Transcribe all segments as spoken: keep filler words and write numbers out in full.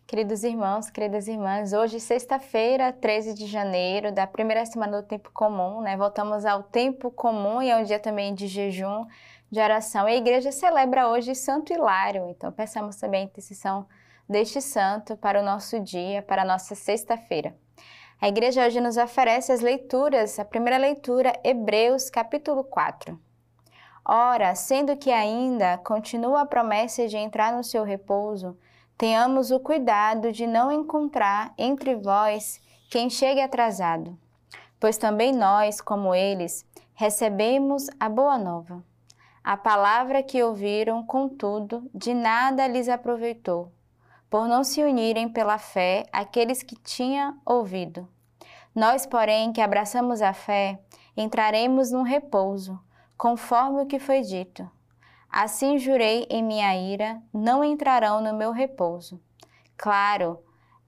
Queridos irmãos, queridas irmãs, hoje, sexta-feira, treze de janeiro, da primeira semana do tempo comum, né? Voltamos ao tempo comum e é um dia também de jejum, de oração. E a igreja celebra hoje Santo Hilário, então peçamos também a intercessão deste santo para o nosso dia, para a nossa sexta-feira. A igreja hoje nos oferece as leituras, a primeira leitura, Hebreus, capítulo quatro. Ora, sendo que ainda continua a promessa de entrar no seu repouso, tenhamos o cuidado de não encontrar entre vós quem chegue atrasado, pois também nós, como eles, recebemos a boa nova. A palavra que ouviram, contudo, de nada lhes aproveitou, por não se unirem pela fé àqueles que tinham ouvido. Nós, porém, que abraçamos a fé, entraremos num repouso, conforme o que foi dito. Assim jurei em minha ira, não entrarão no meu repouso. Claro,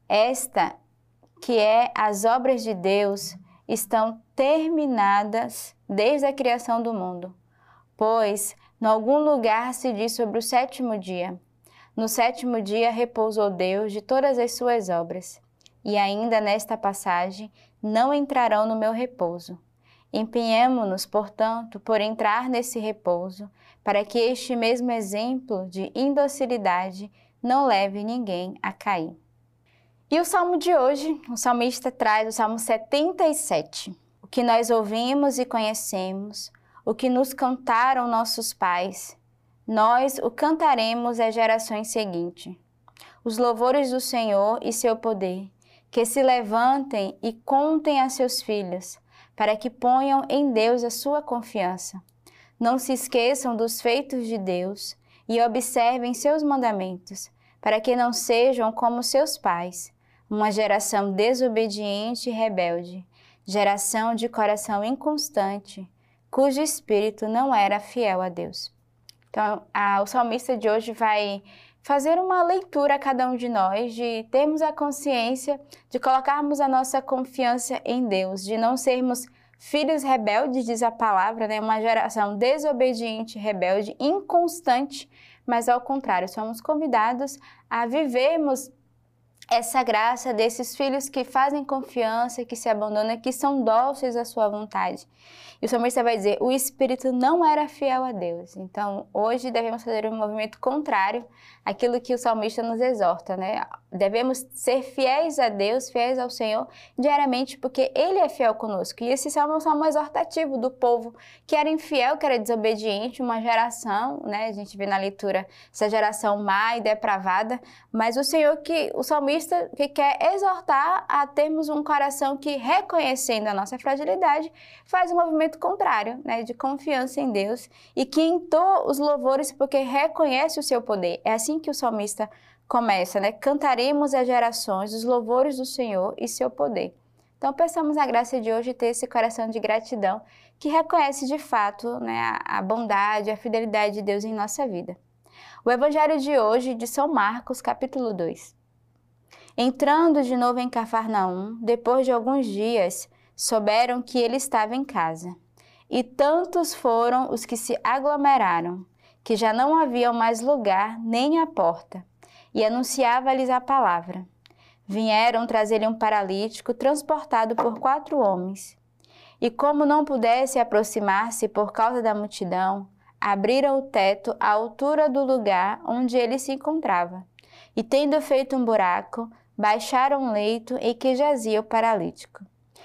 esta que é as obras de Deus estão terminadas desde a criação do mundo. Pois, em algum lugar se diz sobre o sétimo dia. No sétimo dia repousou Deus de todas as suas obras. E ainda nesta passagem, não entrarão no meu repouso. Empenhemo-nos, portanto, por entrar nesse repouso, para que este mesmo exemplo de indocilidade não leve ninguém a cair. E o salmo de hoje, o salmista traz o salmo setenta e sete. O que nós ouvimos e conhecemos, o que nos cantaram nossos pais, nós o cantaremos às gerações seguintes. Os louvores do Senhor e seu poder, que se levantem e contem a seus filhos, para que ponham em Deus a sua confiança. Não se esqueçam dos feitos de Deus e observem seus mandamentos, para que não sejam como seus pais, uma geração desobediente e rebelde, geração de coração inconstante, cujo espírito não era fiel a Deus. Então, a, o salmista de hoje vai fazer uma leitura a cada um de nós, de termos a consciência, de colocarmos a nossa confiança em Deus, de não sermos filhos rebeldes, diz a palavra, né? Uma geração desobediente, rebelde, inconstante, mas ao contrário, somos convidados a vivermos essa graça desses filhos que fazem confiança, que se abandonam, que são dóceis à sua vontade. E o salmista vai dizer, o espírito não era fiel a Deus. Então, hoje devemos fazer um movimento contrário àquilo que o salmista nos exorta, né? Devemos ser fiéis a Deus, fiéis ao Senhor, diariamente, porque Ele é fiel conosco. E esse salmo é um salmo exortativo do povo que era infiel, que era desobediente, uma geração, né? A gente vê na leitura essa geração má e depravada, mas o Senhor que, o salmista que quer exortar a termos um coração que, reconhecendo a nossa fragilidade, faz um movimento contrário, né, de confiança em Deus e que entoa os louvores porque reconhece o seu poder. É assim que o salmista começa, né? Cantaremos às gerações os louvores do Senhor e seu poder. Então, peçamos a graça de hoje ter esse coração de gratidão que reconhece de fato, né, a, a bondade, a fidelidade de Deus em nossa vida. O evangelho de hoje, de São Marcos, capítulo dois. Entrando de novo em Cafarnaum, depois de alguns dias, souberam que ele estava em casa. E tantos foram os que se aglomeraram, que já não haviam mais lugar nem à porta, e anunciava-lhes a palavra. Vieram trazer-lhe um paralítico transportado por quatro homens. E como não pudesse aproximar-se por causa da multidão, abriram o teto à altura do lugar onde ele se encontrava. E tendo feito um buraco, baixaram um leito em que jazia o paralítico.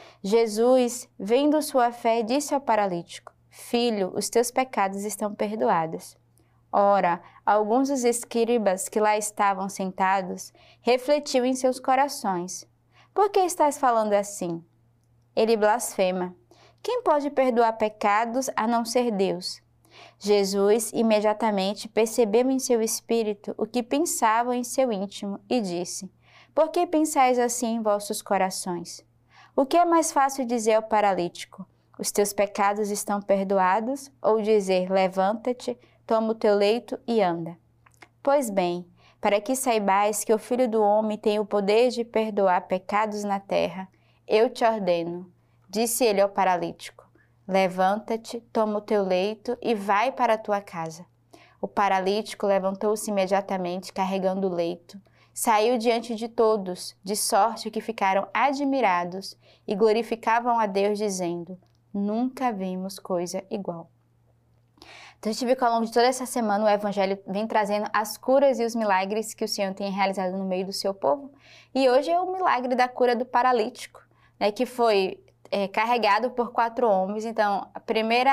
Jesus, vendo sua fé, disse ao paralítico, Filho, os teus pecados estão perdoados. Ora, alguns dos escribas que lá estavam sentados refletiam em seus corações. Por que estás falando assim? Ele blasfema. Quem pode perdoar pecados a não ser Deus? Jesus imediatamente percebeu em seu espírito o que pensavam em seu íntimo e disse, Por que pensais assim em vossos corações? O que é mais fácil dizer ao paralítico, os teus pecados estão perdoados, ou dizer, levanta-te, toma o teu leito e anda? Pois bem, para que saibais que o Filho do Homem tem o poder de perdoar pecados na terra, eu te ordeno, disse ele ao paralítico, levanta-te, toma o teu leito e vai para a tua casa. O paralítico levantou-se imediatamente, carregando o leito, Saiu diante de todos, de sorte que ficaram admirados e glorificavam a Deus, dizendo: nunca vimos coisa igual. Então, a gente viu que ao longo de toda essa semana o Evangelho vem trazendo as curas e os milagres que o Senhor tem realizado no meio do seu povo. E hoje é o milagre da cura do paralítico, né, que foi é, carregado por quatro homens. Então, a primeira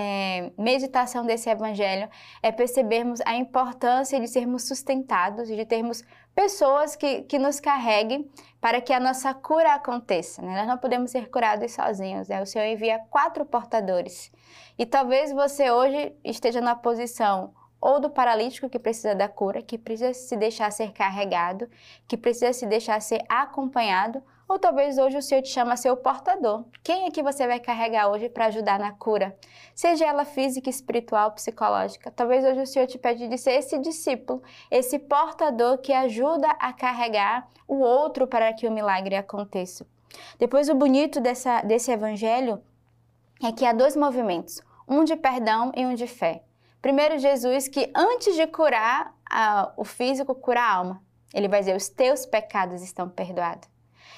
é, meditação desse Evangelho é percebermos a importância de sermos sustentados, de termos pessoas que, que nos carreguem para que a nossa cura aconteça, né? Nós não podemos ser curados sozinhos, né? O Senhor envia quatro portadores. E talvez você hoje esteja na posição ou do paralítico que precisa da cura, que precisa se deixar ser carregado, que precisa se deixar ser acompanhado, ou talvez hoje o Senhor te chama a ser o portador. Quem é que você vai carregar hoje para ajudar na cura? Seja ela física, espiritual, psicológica. Talvez hoje o Senhor te pede de ser esse discípulo, esse portador que ajuda a carregar o outro para que o milagre aconteça. Depois, o bonito dessa, desse evangelho é que há dois movimentos, um de perdão e um de fé. Primeiro, Jesus, que antes de curar a, o físico, cura a alma. Ele vai dizer: os teus pecados estão perdoados.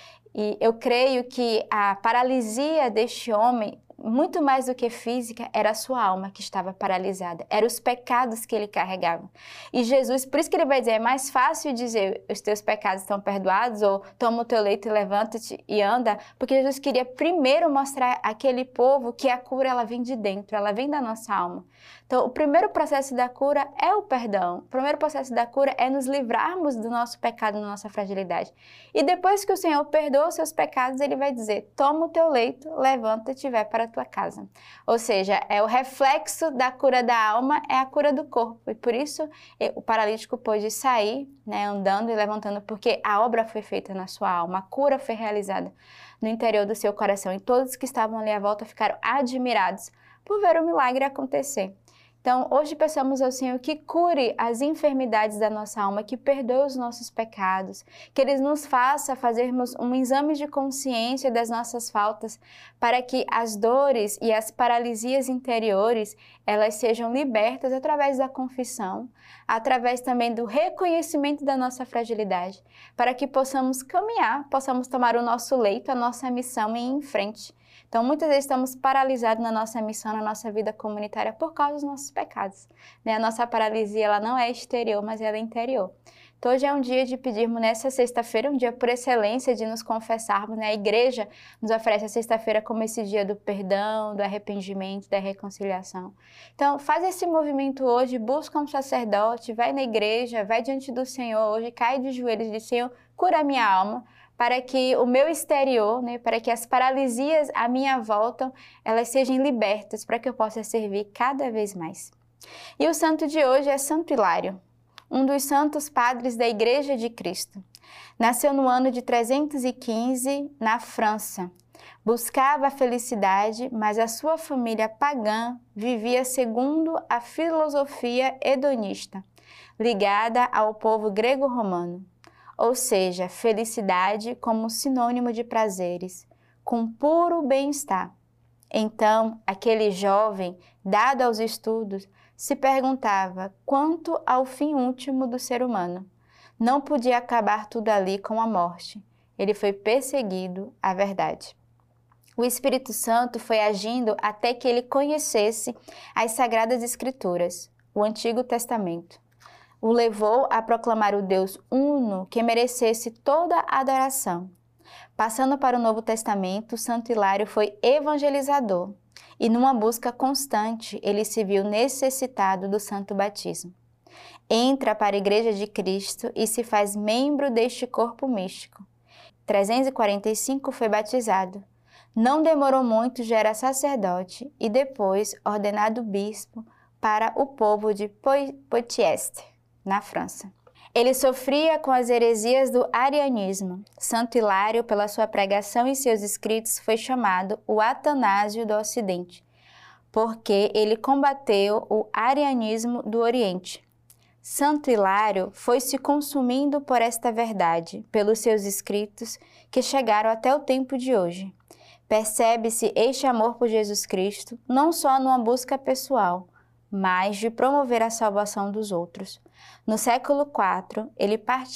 E eu creio que a paralisia deste homem, muito mais do que física, era a sua alma que estava paralisada. Eram os pecados que ele carregava. E Jesus, por isso que ele vai dizer, é mais fácil dizer os teus pecados estão perdoados, ou toma o teu leito e levanta-te e anda, porque Jesus queria primeiro mostrar àquele povo que a cura ela vem de dentro, ela vem da nossa alma. Então, o primeiro processo da cura é o perdão. O primeiro processo da cura é nos livrarmos do nosso pecado, da nossa fragilidade. E depois que o Senhor perdoa os seus pecados, Ele vai dizer, toma o teu leito, levanta-te e vai para a tua casa. Ou seja, é o reflexo da cura da alma, é a cura do corpo. E por isso o paralítico pôde sair, né, andando e levantando, porque a obra foi feita na sua alma, a cura foi realizada no interior do seu coração. E todos que estavam ali à volta ficaram admirados por ver o milagre acontecer. Então, hoje peçamos ao Senhor que cure as enfermidades da nossa alma, que perdoe os nossos pecados, que Ele nos faça fazermos um exame de consciência das nossas faltas, para que as dores e as paralisias interiores, elas sejam libertas através da confissão, através também do reconhecimento da nossa fragilidade, para que possamos caminhar, possamos tomar o nosso leito, a nossa missão e ir em frente. Então, muitas vezes estamos paralisados na nossa missão, na nossa vida comunitária, por causa dos nossos pecados, né? A nossa paralisia, ela não é exterior, mas ela é interior. Então, hoje é um dia de pedirmos, nessa sexta-feira, um dia por excelência de nos confessarmos, né? A igreja nos oferece a sexta-feira como esse dia do perdão, do arrependimento, da reconciliação. Então, faz esse movimento hoje, busca um sacerdote, vai na igreja, vai diante do Senhor hoje, cai de joelhos e diz, Senhor, cura a minha alma, para que o meu exterior, né, para que as paralisias à minha volta, elas sejam libertas, para que eu possa servir cada vez mais. E o santo de hoje é Santo Hilário, um dos santos padres da Igreja de Cristo. Nasceu no ano de trezentos e quinze, na França. Buscava a felicidade, mas a sua família pagã vivia segundo a filosofia hedonista, ligada ao povo grego-romano. Ou seja, felicidade como sinônimo de prazeres, com puro bem-estar. Então, aquele jovem, dado aos estudos, se perguntava quanto ao fim último do ser humano. Não podia acabar tudo ali com a morte. Ele foi perseguido à verdade. O Espírito Santo foi agindo até que ele conhecesse as Sagradas Escrituras, o Antigo Testamento. O levou a proclamar o Deus uno que merecesse toda a adoração. Passando para o Novo Testamento, Santo Hilário foi evangelizador e, numa busca constante, ele se viu necessitado do santo batismo. Entra para a Igreja de Cristo e se faz membro deste corpo místico. Em trezentos e quarenta e cinco foi batizado. Não demorou muito, já era sacerdote e depois ordenado bispo para o povo de Poitiers, na França. Ele sofria com as heresias do arianismo. Santo Hilário, pela sua pregação e seus escritos, foi chamado o Atanásio do Ocidente, porque ele combateu o arianismo do Oriente. Santo Hilário foi se consumindo por esta verdade, pelos seus escritos que chegaram até o tempo de hoje. Percebe-se este amor por Jesus Cristo, não só numa busca pessoal, mas de promover a salvação dos outros. No século quatro, ele partiu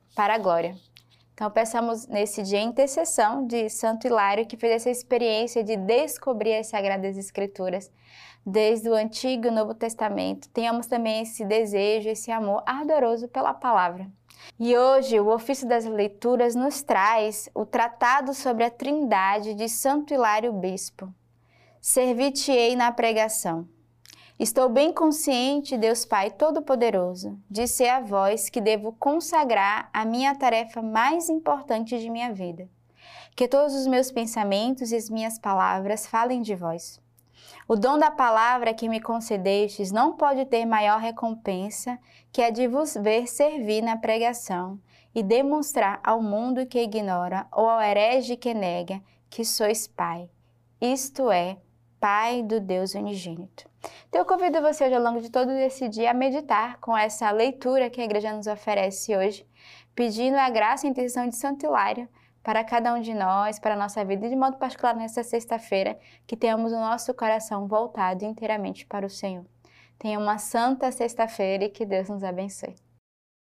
para a glória. Então, peçamos nesse dia a intercessão de Santo Hilário, que fez essa experiência de descobrir as Sagradas Escrituras, desde o Antigo e o Novo Testamento. Tenhamos também esse desejo, esse amor ardoroso pela palavra. E hoje, o ofício das leituras nos traz o Tratado sobre a Trindade de Santo Hilário Bispo. Servir-te-ei na pregação. Estou bem consciente, Deus Pai Todo-Poderoso, de ser a vós que devo consagrar a minha tarefa mais importante de minha vida. Que todos os meus pensamentos e as minhas palavras falem de vós. O dom da palavra que me concedestes não pode ter maior recompensa que a de vos ver servir na pregação e demonstrar ao mundo que ignora ou ao herege que nega que sois Pai, isto é, Pai do Deus unigênito. Então eu convido você hoje, ao longo de todo esse dia, a meditar com essa leitura que a Igreja nos oferece hoje, pedindo a graça e a intercessão de Santo Hilário para cada um de nós, para a nossa vida, e de modo particular nesta sexta-feira, que tenhamos o nosso coração voltado inteiramente para o Senhor. Tenha uma santa sexta-feira e que Deus nos abençoe.